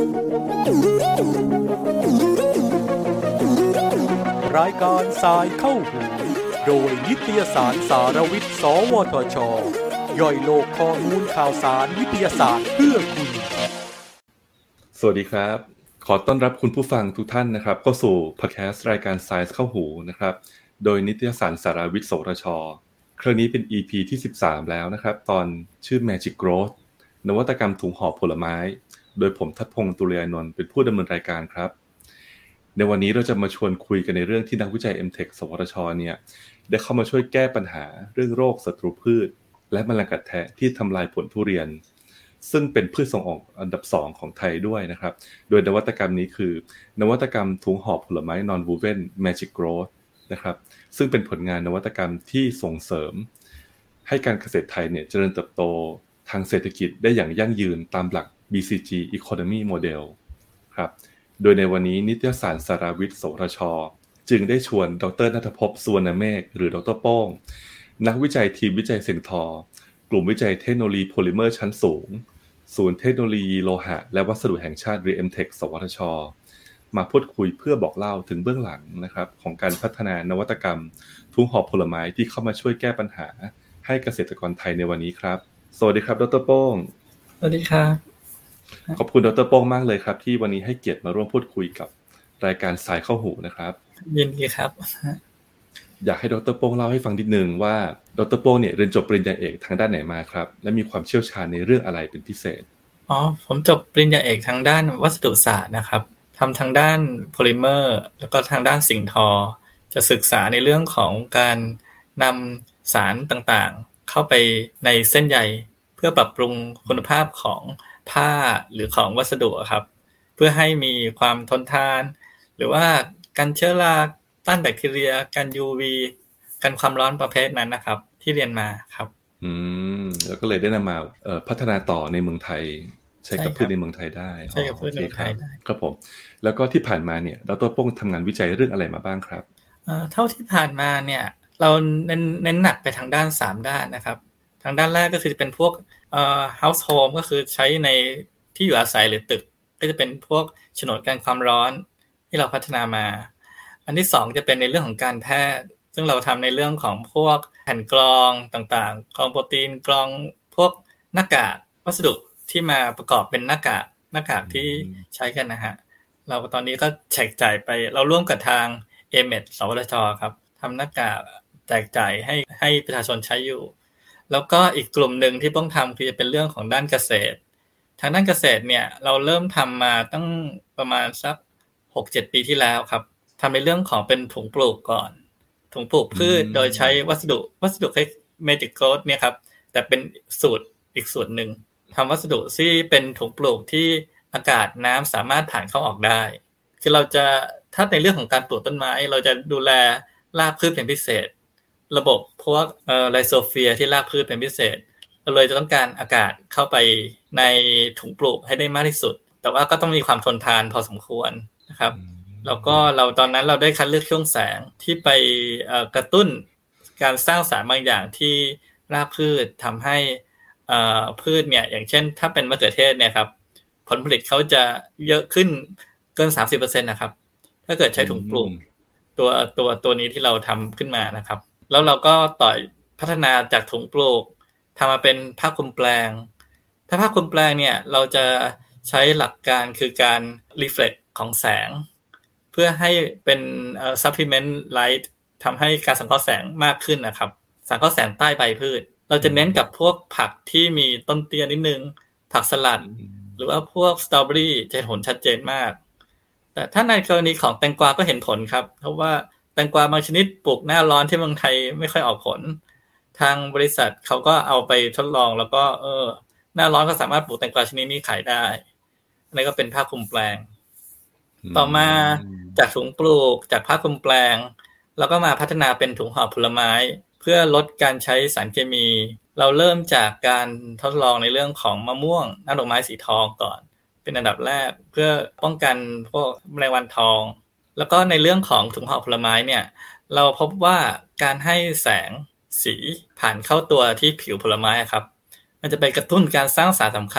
รายการสายเข้าหูโดยนิตยสารสารวิทย์สวทช.ย่อยโลกข้อมูลข่าวสารวิทยาศาสตร์เพื่อคุณสวัสดีครับขอต้อนรับคุณผู้ฟังทุกท่านนะครับเข้าสู่พอดแคสต์รายการ Science เข้าหูนะครับโดยนิตยสารสารวิทย์สวทช.ครั้งนี้เป็น EP ที่13แล้วนะครับตอนชื่อ Magic Growth นวัตกรรมถุงห่อผลไม้โดยผมทัศพงศ์ตุลยานนท์เป็นผู้ดำเนินรายการครับในวันนี้เราจะมาชวนคุยกันในเรื่องที่นักวิจัย MTech สวทช.เนี่ยได้เข้ามาช่วยแก้ปัญหาเรื่องโรคศัตรูพืชและแมลงกัดแทะที่ทำลายผลทุเรียนซึ่งเป็นพืชส่งออกอันดับ2ของไทยด้วยนะครับโดยนวัตกรรมนี้คือนวัตกรรมถุงห่อผลไม้ Non-Woven Magic Growth นะครับซึ่งเป็นผลงานนวัตกรรมที่ส่งเสริมให้การเกษตรไทยเนี่ยเจริญเติบโตทางเศรษฐกิจได้อย่างยั่งยืนตามหลัก BCG Economy Model ครับโดยในวันนี้นิตยสารสารวิทย์สวทช.จึงได้ชวนดร.ณัฐภพ สุวรรณเมฆหรือดร.โป้งนักวิจัยทีมวิจัยเซนทอร์กลุ่มวิจัยเทคโนโลยีโพลิเมอร์ชั้นสูงศูนย์เทคโนโลยีโลหะและวัสดุแห่งชาติหรือ MTech สวทช.มาพูดคุยเพื่อบอกเล่าถึงเบื้องหลังนะครับของการพัฒนานวัตกรรมถุงห่อผลไม้ที่เข้ามาช่วยแก้ปัญหาให้เกษตรกรไทยในวันนี้ครับสวัสดีครับดร.โป้งสวัสดีครับขอบคุณดร.โป้งมากเลยครับที่วันนี้ให้เกียรติมาร่วมพูดคุยกับรายการสายเข้าหูนะครับยินดีครับอยากให้ดร.โป้งเล่าให้ฟังนิดนึงว่าดร.โป้งเนี่ยเรียนจบปริญญาเอกทางด้านไหนมาครับและมีความเชี่ยวชาญในเรื่องอะไรเป็นพิเศษผมจบปริญญาเอกทางด้านวัสดุศาสตร์นะครับทำทางด้านโพลิเมอร์แล้วก็ทางด้านสิ่งทอจะศึกษาในเรื่องของการนำสารต่างๆเข้าไปในเส้นใยเพื่อปรับปรุงคุณภาพของผ้าหรือของวัสดุครับเพื่อให้มีความทนทานหรือว่ากันเชื้อราต้านแบคทีเรียกัน UV กันความร้อนประเภทนั้นนะครับที่เรียนมาครับแล้วก็เลยได้นำมาพัฒนาต่อในเมืองไทยใช้กับพืชในเมืองไทยได้ใช่กับพืชในเมืองไทยได้ครับผมแล้วก็ที่ผ่านมาเนี่ยดร.โป้งทำงานวิจัยเรื่องอะไรมาบ้างครับเท่าที่ผ่านมาเนี่ยเราเน้นหนักไปทางด้าน3ด้านนะครับทางด้านแรกก็คือเป็นพวกhousehold ก็คือใช้ในที่อยู่อาศัยหรือตึกก็จะเป็นพวกฉนวนกันความร้อนที่เราพัฒนามาอันที่2จะเป็นในเรื่องของการแพทย์ซึ่งเราทำในเรื่องของพวกแผ่นกรองต่างๆกรองโปรตีนกรองพวกหน้ากากวัสดุที่มาประกอบเป็นหน้ากากที่ใช้กันนะฮะเราตอนนี้ก็แจกจ่ายไปเราร่วมกับทาง AMED สวทช.ครับทำหน้ากากแจกจ่ายให้ประชาชนใช้อยู่แล้วก็อีกกลุ่มหนึ่งที่ต้องทำคือจะเป็นเรื่องของด้านเกษตรทางด้านเกษตรเนี่ยเราเริ่มทำมาตั้งประมาณสัก 6-7 ปีที่แล้วครับทำในเรื่องของเป็นถุงปลูกก่อนถุงปลูกพืชโดยใช้วัสดุคล้าย Magic Growth เนี่ยครับแต่เป็นสูตรอีกสูตรหนึ่งทำวัสดุที่เป็นถุงปลูกที่อากาศน้ำสามารถผ่านเข้าออกได้คือเราจะถ้าในเรื่องของการปลูกต้นไม้เราจะดูแลรากพืชเป็นพิเศษระบบพวกไลโซเฟียที่รากพืชเป็นพิเศษเราเลยจะต้องการอากาศเข้าไปในถุงปลูกให้ได้มากที่สุดแต่ว่าก็ต้องมีความทนทานพอสมควรนะครับแล้วก็เราตอนนั้นเราได้คัดเลือกช่วงแสงที่ไปกระตุ้นการสร้างสารบางอย่างที่รากพืชทำให้พืชเนี่ยอย่างเช่นถ้าเป็นมะเขือเทศเนี่ยครับผลผลิตเขาจะเยอะขึ้นเกิน 30% นะครับถ้าเกิดใช้ถุงปลูกตัวนี้ที่เราทำขึ้นมานะครับแล้วเราก็ต่อพัฒนาจากถุงปลูกทำมาเป็นผ้าคลุมแปลงถ้าผ้าคลุมแปลงเนี่ยเราจะใช้หลักการคือการ reflect ของแสงเพื่อให้เป็นsupplement light ทำให้การสังเคราะห์แสงมากขึ้นนะครับสังเคราะห์แสงใต้ใบพืชเราจะเน้นกับพวกผักที่มีต้นเตี้ยนิดนึงผักสลัดหรือว่าพวกสตรอเบอรี่จะเห็นผลชัดเจนมากแต่ถ้าในกรณีของแตงกวาก็เห็นผลครับเพราะว่าแตงกวาบางชนิดปลูกหน้าร้อนที่เมืองไทยไม่ค่อยออกผลทางบริษัทเขาก็เอาไปทดลองแล้วก็หน้าร้อนก็สามารถปลูกแตงกวาชนิดนี้ขายได้อันนี้ก็เป็นผ้าคลุมแปลงต่อมาจากถุงปลูกจากผ้าคลุมแปลงแล้วก็มาพัฒนาเป็นถุงห่อผลไม้เพื่อลดการใช้สารเคมีเราเริ่มจากการทดลองในเรื่องของมะม่วงน้ำดอกไม้สีทองก่อนเป็นอันดับแรกเพื่อป้องกันพวกแมลงวันทองแล้วก็ในเรื่องของถุงห่อผลไม้เนี่ยเราพบว่าการให้แสงสีผ่านเข้าตัวที่ผิวผลไม้ครับมันจะไปกระตุ้นการสร้างสารสำคัญ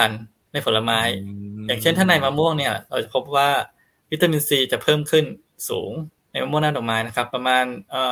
ในผลไม้อย่างเช่นถ้าในมะม่วงเนี่ยเราจะพบว่าวิตามินซีจะเพิ่มขึ้นสูงในมะม่วงหน้าดอกไม้นะครับประมาณ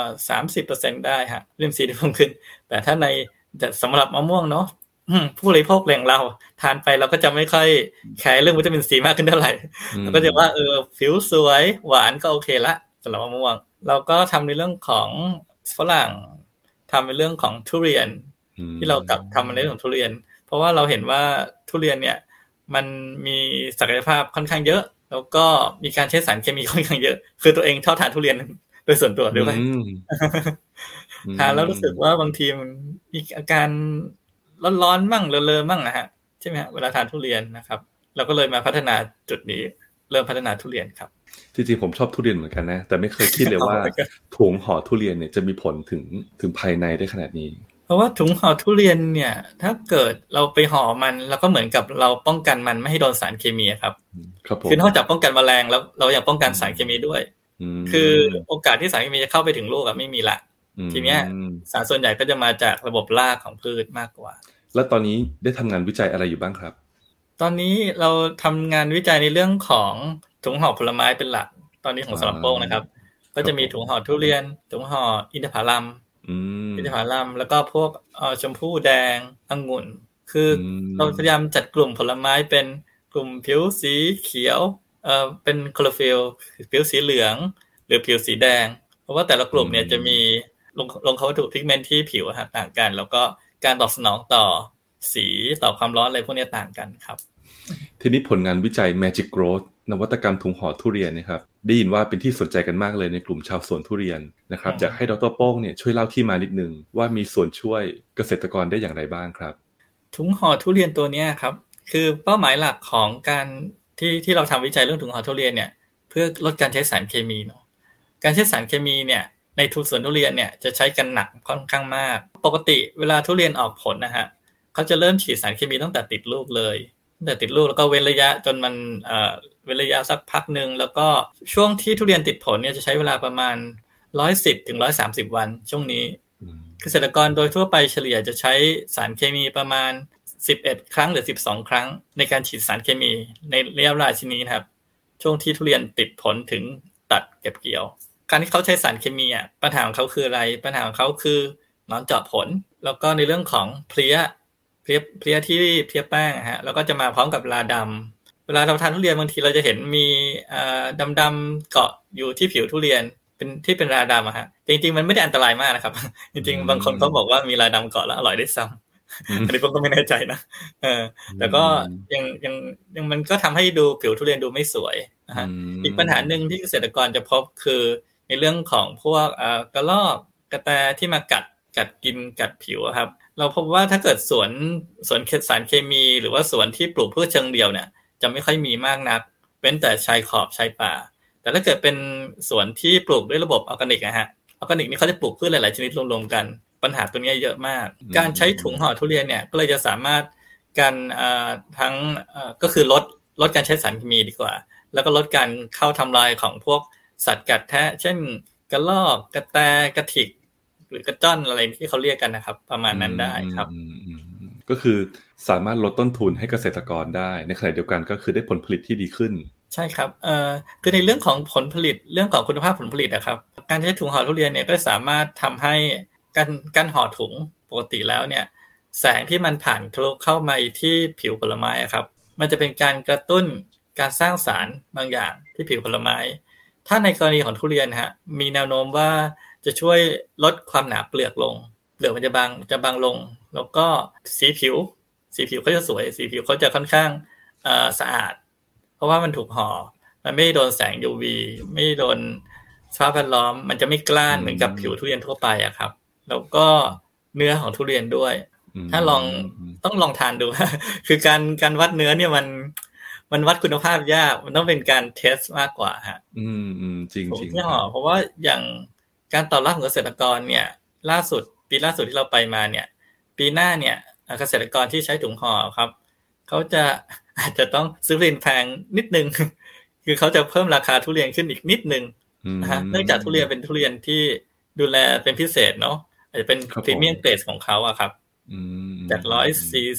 30% ได้ฮะวิตามินซีที่เพิ่มขึ้นแต่ถ้าในสำหรับมะม่วงเนาะผู้บริโภคอย่างเราทานไปเราก็จะไม่ค่อยแคร์เรื่องวิตามินซีมากขึ้นเท่าไหร่เราก็จะว่าผิวสวยหวานก็โอเคละสำหรับมะม่วงเราก็ทำในเรื่องของฝรั่งทำในเรื่องของทุเรียนที่เรากลับทำในเรื่องของทุเรียนเพราะว่าเราเห็นว่าทุเรียนเนี่ยมันมีศักยภาพค่อนข้างเยอะแล้วก็มีการใช้สารเคมีค่อนข้างเยอะคือตัวเองชอบทานทุเรียนโดยส่วนตัวด้วยทานแล้วรู้สึกว่าบางทีมันมีอาการร้อนๆมั่งเลอะๆมั่งนะฮะใช่ไหมฮะเวลาทานทุเรียนนะครับเราก็เลยมาพัฒนาจุดนี้เริ่มพัฒนาทุเรียนครับจริงๆผมชอบทุเรียนเหมือนกันนะแต่ไม่เคยคิดเลยว่าถุงห่อทุเรียนเนี่ยจะมีผลถึงภายในได้ขนาดนี้เพราะว่าถุงห่อทุเรียนเนี่ยถ้าเกิดเราไปห่อมันเราก็เหมือนกับเราป้องกันมันไม่ให้โดนสารเคมีครับคือนอกจากป้องกันแมลงแล้วเรายังป้องกันสารเคมีด้วยคือโอกาสที่สารเคมีจะเข้าไปถึงลูกไม่มีละทีเนี้ยสารส่วนใหญ่ก็จะมาจากระบบรากของพืชมากกว่าแล้วตอนนี้ได้ทำงานวิจัยอะไรอยู่บ้างครับตอนนี้เราทำงานวิจัยในเรื่องของถุงห่อผลไม้เป็นหลักตอนนี้ของสลับโป้งนะครับก็จะมีถุงห่อทุเรียนถุงห่ออินทผลัมแล้วก็พวกชมพู่แดงองุ่นคือเราพยายามจัดกลุ่มผลไม้เป็นกลุ่มผิวสีเขียวเป็นคลอโรฟิลผิวสีเหลืองหรือผิวสีแดงเพราะว่าแต่ละกลุ่มเนี่ยจะมีลงเขาวัตถุพิกเมนต์ที่ผิวต่างกันแล้วก็การตอบสนองต่อสีต่อความร้อนอะไรพวกนี้ต่างกันครับทีนี้ผลงานวิจัย Magic Growth นวัตกรรมถุงห่อทุเรียนนะครับได้ยินว่าเป็นที่สนใจกันมากเลยในกลุ่มชาวสวนทุเรียนนะครับอยากให้ดร.โป้งเนี่ยช่วยเล่าที่มานิดนึงว่ามีส่วนช่วยเกษตรกรได้อย่างไรบ้างครับถุงห่อทุเรียนตัวนี้ครับคือเป้าหมายหลักของการที่เราทำวิจัยเรื่องถุงห่อทุเรียนเนี่ยเพื่อลดการใช้สารเคมีเนาะการใช้สารเคมีเนี่ยในสวนทุเรียนเนี่ยจะใช้กันหนักค่อนข้างมากปกติเวลาทุเรียนออกผลนะฮะเขาจะเริ่มฉีดสารเคมีตั้งแต่ติดลูกเลยตั้งแต่ติดลูกแล้วก็เว้นระยะจนมันเว้นระยะสักพักนึงแล้วก็ช่วงที่ทุเรียนติดผลเนี่ยจะใช้เวลาประมาณ110ถึง130วันช่วงนี้เกษตรกรโดยทั่วไปเฉลี่ยจะใช้สารเคมีประมาณ11ครั้งหรือ12ครั้งในการฉีดสารเคมีในระยะเวลาชนิดนะครับช่วงที่ทุเรียนติดผลถึงตัดเก็บเกี่ยวการที่เขาใช้สารเคมีปัญหาของเขาคืออะไรปัญหาของเขาคือหนอนเจาะผลแล้วก็ในเรื่องของเพลี้ยที่เพลี้ยแป้งฮะแล้วก็จะมาพร้อมกับราดำเวลาเราทานทุเรียนบางทีเราจะเห็นมีดำๆเกาะอยู่ที่ผิวทุเรียนเป็นราดำฮะจริงๆมันไม่ได้อันตรายมากนะครับจริงๆบางคนเขาบอกว่ามีราดำเกาะแล้วอร่อยได้ซ้ำอันนี้ผมก็ไม่แน่ใจนะแต่ก็ยังมันก็ทำให้ดูผิวทุเรียนดูไม่สวยนะฮะอีกปัญหาหนึ่งที่เกษตรกรจะพบคือในเรื่องของพวกกระรอกกระแตที่มากัดกินกัดผิวครับเราพบว่าถ้าเกิดสวนสารเคมีหรือว่าสวนที่ปลูกพืชเชิงเดี่ยวเนี่ยจะไม่ค่อยมีมากนักเว้นแต่ชายขอบชายป่าแต่ถ้าเกิดเป็นสวนที่ปลูกด้วยระบบออร์แกนิกนะฮะออร์แกนิกนี่เขาจะปลูกพืชหลายๆชนิดรวมๆกันปัญหาตัวนี้เยอะมากการใช้ถุงห่อทุเรียนเนี่ยก็เลยจะสามารถกันทั้งก็คือลดการใช้สารเคมีดีกว่าแล้วก็ลดการเข้าทำลายของพวกสัตว์กัดแทะเช่นกระรอกกระแตกระถิกหรือกระจ้อนอะไรที่เขาเรียกกันนะครับประมาณนั้นได้ครับก็คือสามารถลดต้นทุนให้เกษตรกรได้ในขณะเดียวกันก็คือได้ผลผลิตที่ดีขึ้นใช่ครับคือในเรื่องของผลผลิตเรื่องของคุณภาพผลผลิตนะครับการใช้ถุงห่อทุเรียนเนี่ยก็สามารถทำให้การห่อถุงปกติแล้วเนี่ยแสงที่มันผ่านทะลุเข้ามาที่ผิวผลไม้ครับมันจะเป็นการกระตุ้นการสร้างสารบางอย่างที่ผิวผลไม้ถ้าในกรณีของทุเรียนฮะมีแนวโน้มว่าจะช่วยลดความหนาเปลือกลงเปลือกมันจะบางลงแล้วก็สีผิวเขาจะสวยสีผิวเขาจะค่อนข้างสะอาดเพราะว่ามันถูกห่อมันไม่โดนแสง UV ไม่โดนสภาพแวดล้อมมันจะไม่กล้านเหมือนกับผิวทุเรียนทั่วไปอะครับแล้วก็เนื้อของทุเรียนด้วยถ้าต้องลองทานดู คือการวัดเนื้อเนี่ยมันวัดคุณภาพยากมันต้องเป็นการเทสมากกว่าฮะจริงเพราะว่าอย่างการตอบรับของเกษตรกรเนี่ยปีล่าสุดที่เราไปมาเนี่ยปีหน้าเนี่ยเกษตรกรที่ใช้ถุงห่อครับเขาอาจจะต้องซื้อทุเรียนแพงนิดนึงคือเขาจะเพิ่มราคาทุเรียนขึ้นอีกนิดนึงนะฮะเนื่องจากทุเรียนเป็นทุเรียนที่ดูแลเป็นพิเศษเนาะอาจจะเป็นพรีเมียมเกรดของเขาอะครับจาก140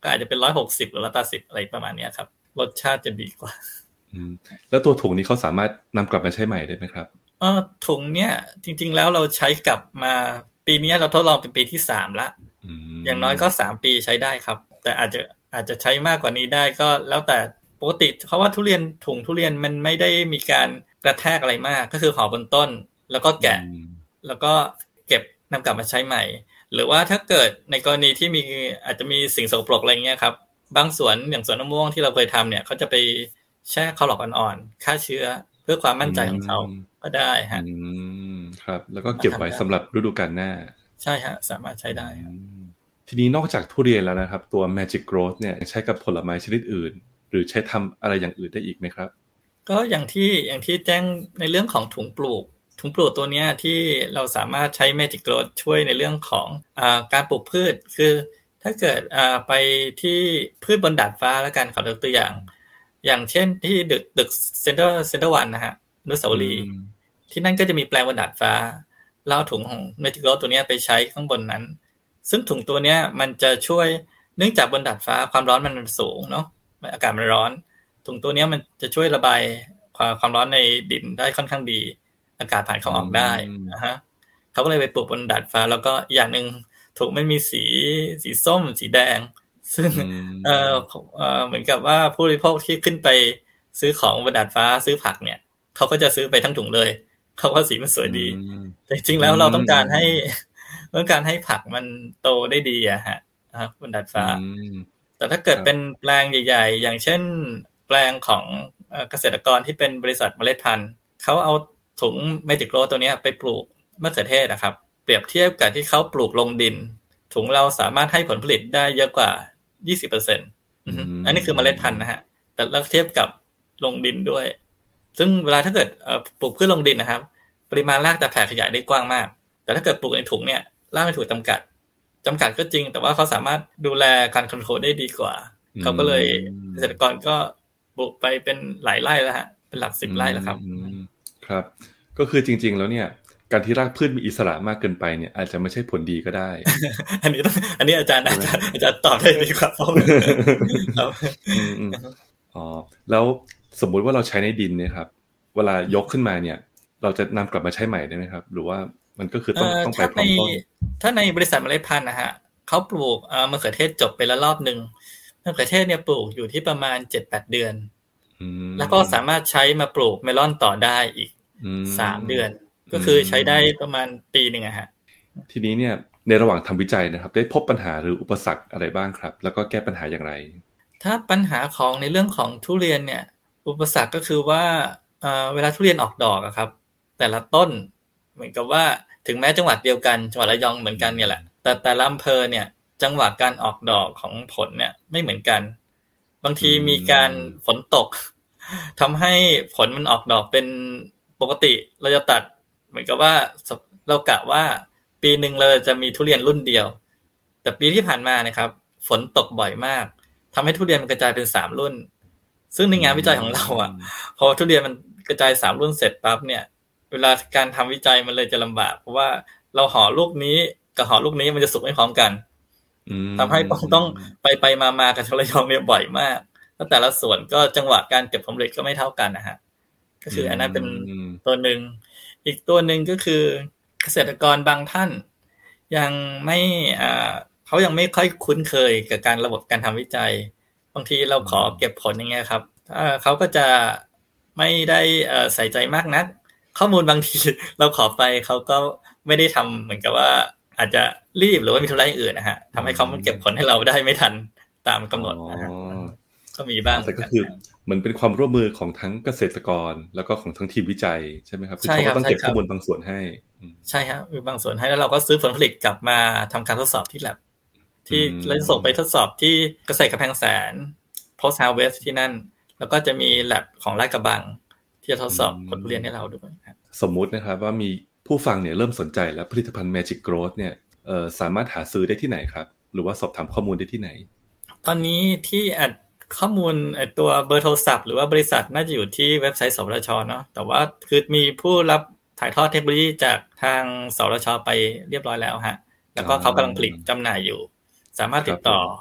ก็อาจจะเป็น160หรือ180อะไรประมาณนี้ครับรสชาติจะดีกว่าแล้วตัวถุงนี้เขาสามารถนำกลับมาใช้ใหม่ได้ไหมครับถุงเนี่ยจริงๆแล้วเราใช้กลับมาปีนี้เราทดลองเป็นปีที่3ละอย่างน้อยก็3ปีใช้ได้ครับแต่อาจจะใช้มากกว่านี้ได้ก็แล้วแต่ปกติเพราะว่าถุงทุเรียนมันไม่ได้มีการกระแทกอะไรมากก็คือห่อบนต้นแล้วก็แกะแล้วก็เก็บนำกลับมาใช้ใหม่หรือว่าถ้าเกิดในกรณีที่อาจจะมีสิ่งสกปรกอะไรเงี้ยครับบางสวนอย่างสวนมะม่วงที่เราเคยทำเนี่ยเขาจะไปแช่คลอร์อ่อนๆฆ่าเชื้อเพื่อความมั่นใจของเขาก็ได้ฮะครับแล้วก็เก็บไว้สำหรับฤดูกาลหน้าใช่ฮะสามารถใช้ได้ทีนี้นอกจากทุเรียนแล้วนะครับตัว Magic Growth เนี่ยใช้กับผลไม้ชนิดอื่นหรือใช้ทำอะไรอย่างอื่นได้อีกไหมครับก็อย่างที่แจ้งในเรื่องของถุงปลูกตัวนี้ที่เราสามารถใช้ Magic Growth ช่วยในเรื่องของการปลูกพืชคือถ้าเกิดไปที่พืชบนดาดฟ้าแล้วกันขอตัวอย่างเช่นที่ตึกเซ็นเตอร์วันนะฮะอนุสาวรีย์ที่นั่นก็จะมีแปลงบนดาดฟ้าแล้วถุงของ Magic Growth ตัวนี้ไปใช้ข้างบนนั้นซึ่งถุงตัวนี้มันจะช่วยเนื่องจากบนดาดฟ้าความร้อนมันสูงเนาะอากาศมันร้อนถุงตัวนี้มันจะช่วยระบายความร้อนในดินได้ค่อนข้างดีอากาศผ่านเข้าออกได้นะฮะเขาก็เลยไปปลูกบนดาดฟ้าแล้วก็อย่างนึงถุงมันมีสีส้มสีแดงซึ่งเหมือนกับว่าผู้บริโภคที่ขึ้นไปซื้อของบนดาดฟ้าซื้อผักเนี่ยเขาก็จะซื้อไปทั้งถุงเลยเขาว่าสีมันสวยดีแต่จริงๆแล้วเราต้องการให้ผักมันโตได้ดีอะฮะบนดาดฟ้าแต่ถ้าเกิดเป็นแปลงใหญ่ๆอย่างเช่นแปลงของเกษตรกรที่เป็นบริษัทเมล็ดพันธุ์เขาเอาถุง Magic Growth ตัวนี้ไปปลูกมะเขือเทศนะครับเปรียบเทียบกับที่เขาปลูกลงดินถุงเราสามารถให้ผลผลิตได้เยอะกว่า 20% อันนี้คือเมล็ดพันธุ์นะฮะแต่เราเทียบกับลงดินด้วยซึ่งเวลาถ้าเกิดปลูกพืชลงดินนะครับปริมาณรากจะแผ่ขยายได้กว้างมากแต่ถ้าเกิดปลูกในถุงเนี่ยรากไม่ถูกจำกัดก็จริงแต่ว่าเขาสามารถดูแลการคอนโทรลได้ดีกว่าเขาก็เลยเกษตรกรก็ปลูกไปเป็นหลายไร่แล้วฮะเป็นหลัก10ไร่แล้วครับครับก็คือจริงๆแล้วเนี่ยการที่รากพืชมีอิสระมากเกินไปเนี่ยอาจจะไม่ใช่ผลดีก็ได้อันนี้อาจารย์ตอบได้ดีครับแล้วสมมุติว่าเราใช้ในดินเนี่ยครับเวลายกขึ้นมาเนี่ยเราจะนำกลับมาใช้ใหม่ได้ไหมครับหรือว่ามันก็คือต้องไปพร้อมต้นถ้าในบริษัทเมล็ดพันธุ์นะฮะเขาปลูกมะเขือเทศจบไปแล้วรอบนึงมะเขือเทศเนี่ยปลูกอยู่ที่ประมาณ 7-8 เดือนแล้วก็สามารถใช้มาปลูกเมลอนต่อได้อีก3 เดือนก็คือใช้ได้ประมาณปีนึงอะฮะทีนี้เนี่ยในระหว่างทำวิจัยนะครับได้พบปัญหาหรืออุปสรรคอะไรบ้างครับแล้วก็แก้ปัญหาอย่างไรถ้าปัญหาของในเรื่องของทุเรียนเนี่ยอุปสรรคก็คือว่าเวลาทุเรียนออกดอกอะครับแต่ละต้นเหมือนกับว่าถึงแม้จังหวัดเดียวกันจังหวัดระยองเหมือนกันเนี่ยแหละแต่ละอำเภอเนี่ยจังหวะการออกดอกของผลเนี่ยไม่เหมือนกันบางทีมีการฝนตกทำให้ผลมันออกดอกเป็นปกติเราจะตัดเหมือนกับว่าเรากะว่าปีนึงเราจะมีทุเรียนรุ่นเดียวแต่ปีที่ผ่านมานะครับฝนตกบ่อยมากทำให้ทุเรียนมันกระจายเป็น3รุ่นซึ่งในงานวิจัยของเราอ่ะพอทุเรียนมันกระจาย3รุ่นเสร็จปั๊บเนี่ยเวลาการทำวิจัยมันเลยจะลำบากเพราะว่าเราห่อลูกนี้กับห่อลูกนี้มันจะสุกไม่พร้อมกันทำให้ต้องไปมากับระยองเนี่ยบ่อยมากแล้วแต่ละส่วนก็จังหวะการเก็บผลผลิตก็ไม่เท่ากันนะฮะก็คืออันนั้นเป็นตัวหนึ่งอีกตัวหนึ่งก็คือเกษตรกรบางท่านยังไม่เขายังไม่ค่อยคุ้นเคยกับการระบบการทำวิจัยบางทีเราขอเก็บผลอย่างเงี้ยครับเขาก็จะไม่ได้ใส่ใจมากนักข้อมูลบางทีเราขอไปเขาก็ไม่ได้ทำเหมือนกับว่าอาจจะรีบหรือว่ามีธุระอื่นนะฮะทำให้เขาเก็บผลให้เราได้ไม่ทันตามกำหนดนะฮะก็มีบ้างแต่ก็คือเหมือนเป็นความร่วมมือของทั้งเกษตรกรแล้วก็ของทั้งทีมวิจัยใช่ไหมครับเขาก็ต้องเก็บข้อมูลบางส่วนให้ใช่ครับมีบางส่วนให้แล้วเราก็ซื้อผลผลิตกลับมาทำการทดสอบที่ lab ที่เราส่งไปทดสอบที่เกษตรกำแพงแสน post harvest ที่นั่นแล้วก็จะมี lab ของลาดกระบังที่จะทดสอบผลทุเรียนให้เราด้วยสมมุตินะครับว่ามีผู้ฟังเนี่ยเริ่มสนใจแล้วผลิตภัณฑ์ Magic Growth เนี่ยสามารถหาซื้อได้ที่ไหนครับหรือว่าสอบถามข้อมูลได้ที่ไหนตอนนี้ที่ข้อมูลตัวเบอร์โทรศัพท์หรือว่าบริษัทน่าจะอยู่ที่เว็บไซต์สวทช.เนาะแต่ว่าคือมีผู้รับถ่ายทอดเทคโนโลยีจากทางสวทช.ไปเรียบร้อยแล้วฮะแล้วก็เขากำลังผลิตจำหน่ายอยู่สามารถติดต่อ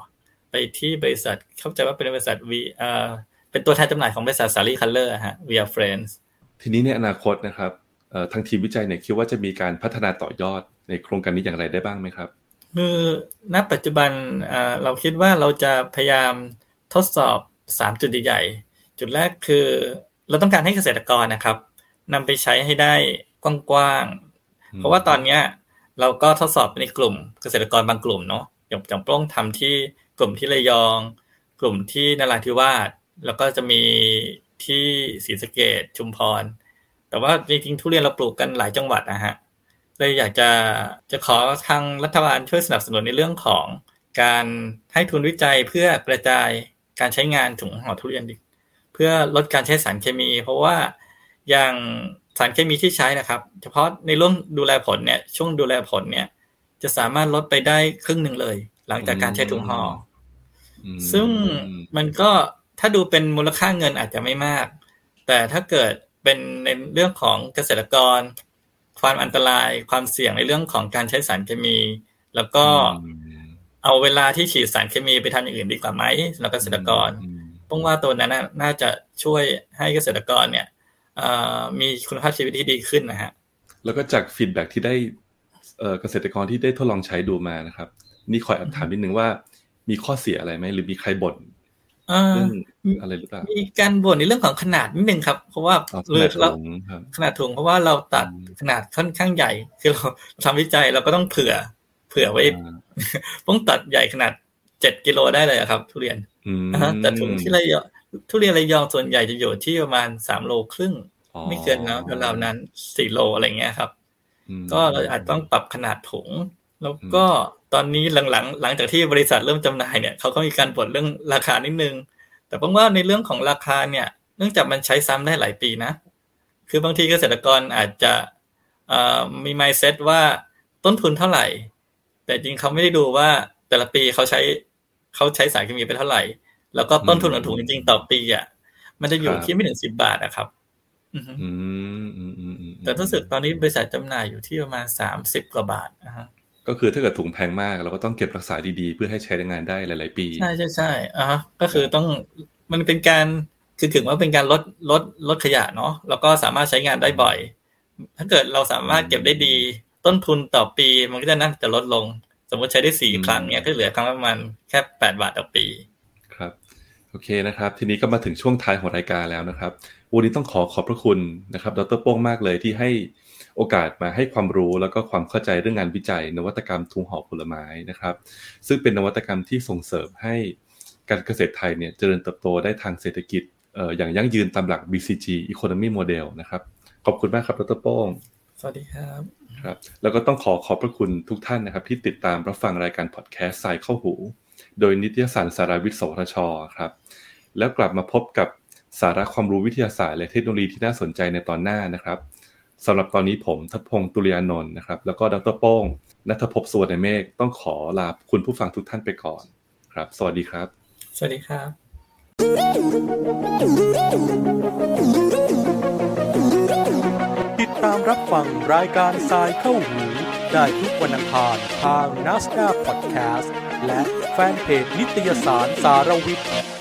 ไปที่บริษัทเข้าใจว่าเป็นบริษัทเป็นตัวแทนจำหน่ายของบริษัท Sari Color ฮะ via Friends ทีนี้ในอนาคตนะครับทางทีมวิจัยเนี่ยคิดว่าจะมีการพัฒนาต่อยอดในโครงการนี้อย่างไรได้บ้างไหมครับคือณปัจจุบันเราคิดว่าเราจะพยายามทดสอบ3จุดใหญ่ๆจุดแรกคือเราต้องการให้เกษตรกรนะครับนำไปใช้ให้ได้กว้างๆเพราะว่าตอนนี้เราก็ทดสอบในกลุ่มเกษตรกรบางกลุ่มเนาะอย่างโปร่งทำที่กลุ่มที่ระยองกลุ่มที่นราธิวาสแล้วก็จะมีที่ศรีสะเกษชุมพรแต่ว่าจริงๆทุเรียนเราปลูกกันหลายจังหวัดนะฮะเลยอยากจะขอทางรัฐบาลช่วยสนับสนุนในเรื่องของการให้ทุนวิจัยเพื่อกระจายการใช้งานถุงห่อทุเรียนเพื่อลดการใช้สารเคมีเพราะว่าอย่างสารเคมีที่ใช้นะครับเฉพาะในเรื่องดูแลผลเนี่ยช่วงดูแลผลเนี่ยจะสามารถลดไปได้ครึ่งหนึ่งเลยหลังจากการใช้ถุงห่อซึ่งมันก็ถ้าดูเป็นมูลค่าเงินอาจจะไม่มากแต่ถ้าเกิดเป็นในเรื่องของเกษตรกรความอันตรายความเสี่ยงในเรื่องของการใช้สารเคมีแล้วก็เอาเวลาที่ฉีดสารเคมีไปทำอย่างอื่นดีกว่าไหมสำหรับเกษตรกรเพราะว่าตัวนั้นน่าจะช่วยให้เกษตรกรเนี่ยมีคุณภาพชีวิตที่ดีขึ้นนะฮะแล้วก็จากฟีดแบ็กที่ได้เกษตรกรที่ได้ทดลองใช้ดูมานะครับนี่ขอถามนิดนึงว่ามีข้อเสียอะไรไหมหรือมีใครบ่นเรื่องอะไรหรือเปล่ามีการบ่นในเรื่องของขนาดนิดนึงครับเพราะว่าขนาดถุงเพราะว่าเราตัดขนาดค่อนข้างใหญ่คือเราทำวิจัยเราก็ต้องเผื่อไว้ต้องตัดใหญ่ขนาด7กิโลได้เลยครับทุเรียนแต่ถุงที่ทุเรียนระยองส่วนใหญ่จะอยู่ที่ประมาณ3โลครึ่งไม่เกินนะราวๆนั้น4โลอะไรเงี้ยครับก็เราอาจต้องปรับขนาดถุงแล้วก็ตอนนี้หลังจากที่บริษัทเริ่มจำหน่ายเนี่ยเขาก็มีการบ่นเรื่องราคานิดนึงแต่ผมว่าในเรื่องของราคาเนี่ยเนื่องจากมันใช้ซ้ำได้หลายปีนะคือบางทีเกษตรกรอาจจะมี mindset ว่าต้นทุนเท่าไหร่แต่จริงเขาไม่ได้ดูว่าแต่ละปีเขาใช้สารเคมีไปเท่าไหร่แล้วก็ต้นทุนของถุงจริงๆต่อปีอ่ะมันจะอยู่ที่ไม่ถึง10 บาทนะครับแต่รู้สึกตอนนี้บริษัทจำหน่ายอยู่ที่ประมาณ30 กว่าบาทนะฮะก็คือถ้าเกิดถุงแพงมากเราก็ต้องเก็บรักษาดีๆเพื่อให้ใช้งานได้หลายๆปีใช่ก็คือต้องมันเป็นการคือถึงว่าเป็นการลดขยะเนาะแล้วก็สามารถใช้งานได้บ่อยถ้าเกิดเราสามารถเก็บได้ดีต้นทุนต่อปีมันก็น่าจะลดลงสมมติใช้ได้4ครั้งเนี่ยก็เหลือครั้งละประมาณแค่8 บาทต่อปีครับโอเคนะครับทีนี้ก็มาถึงช่วงท้ายของรายการแล้วนะครับวันนี้ต้องขอบพระคุณนะครับดร.โป้งมากเลยที่ให้โอกาสมาให้ความรู้แล้วก็ความเข้าใจเรื่องงานวิจัยนวัตกรรมถุงห่อผลไม้นะครับซึ่งเป็นนวัตกรรมที่ส่งเสริมให้การเกษตรไทยเนี่ยเจริญเติบโตได้ทางเศรษฐกิจอย่างยั่งยืนตามหลัก BCG Economy Model นะครับขอบคุณมากครับดร.โป้งสวัสดีครับครับแล้วก็ต้องขอบพระคุณทุกท่านนะครับที่ติดตามรับฟังรายการพอดแคสต์สายเข้าหูโดยนิตยสารสารวิทย์สวทช.ครับแล้วกลับมาพบกับสาระความรู้วิทยาศาสตร์และเทคโนโลยีที่น่าสนใจในตอนหน้านะครับสำหรับตอนนี้ผมทัพพงศ์ตุลยานนท์นะครับแล้วก็ดร.โป้งณัฐภพ สุวรรณเมฆต้องขอลาคุณผู้ฟังทุกท่านไปก่อนครับสวัสดีครับสวัสดีครับติดตามรับฟังรายการทรายเข้าหูได้ทุกวันอังคารทาง NASDAQ Podcast และแฟนเพจนิตยสารสารวิทย์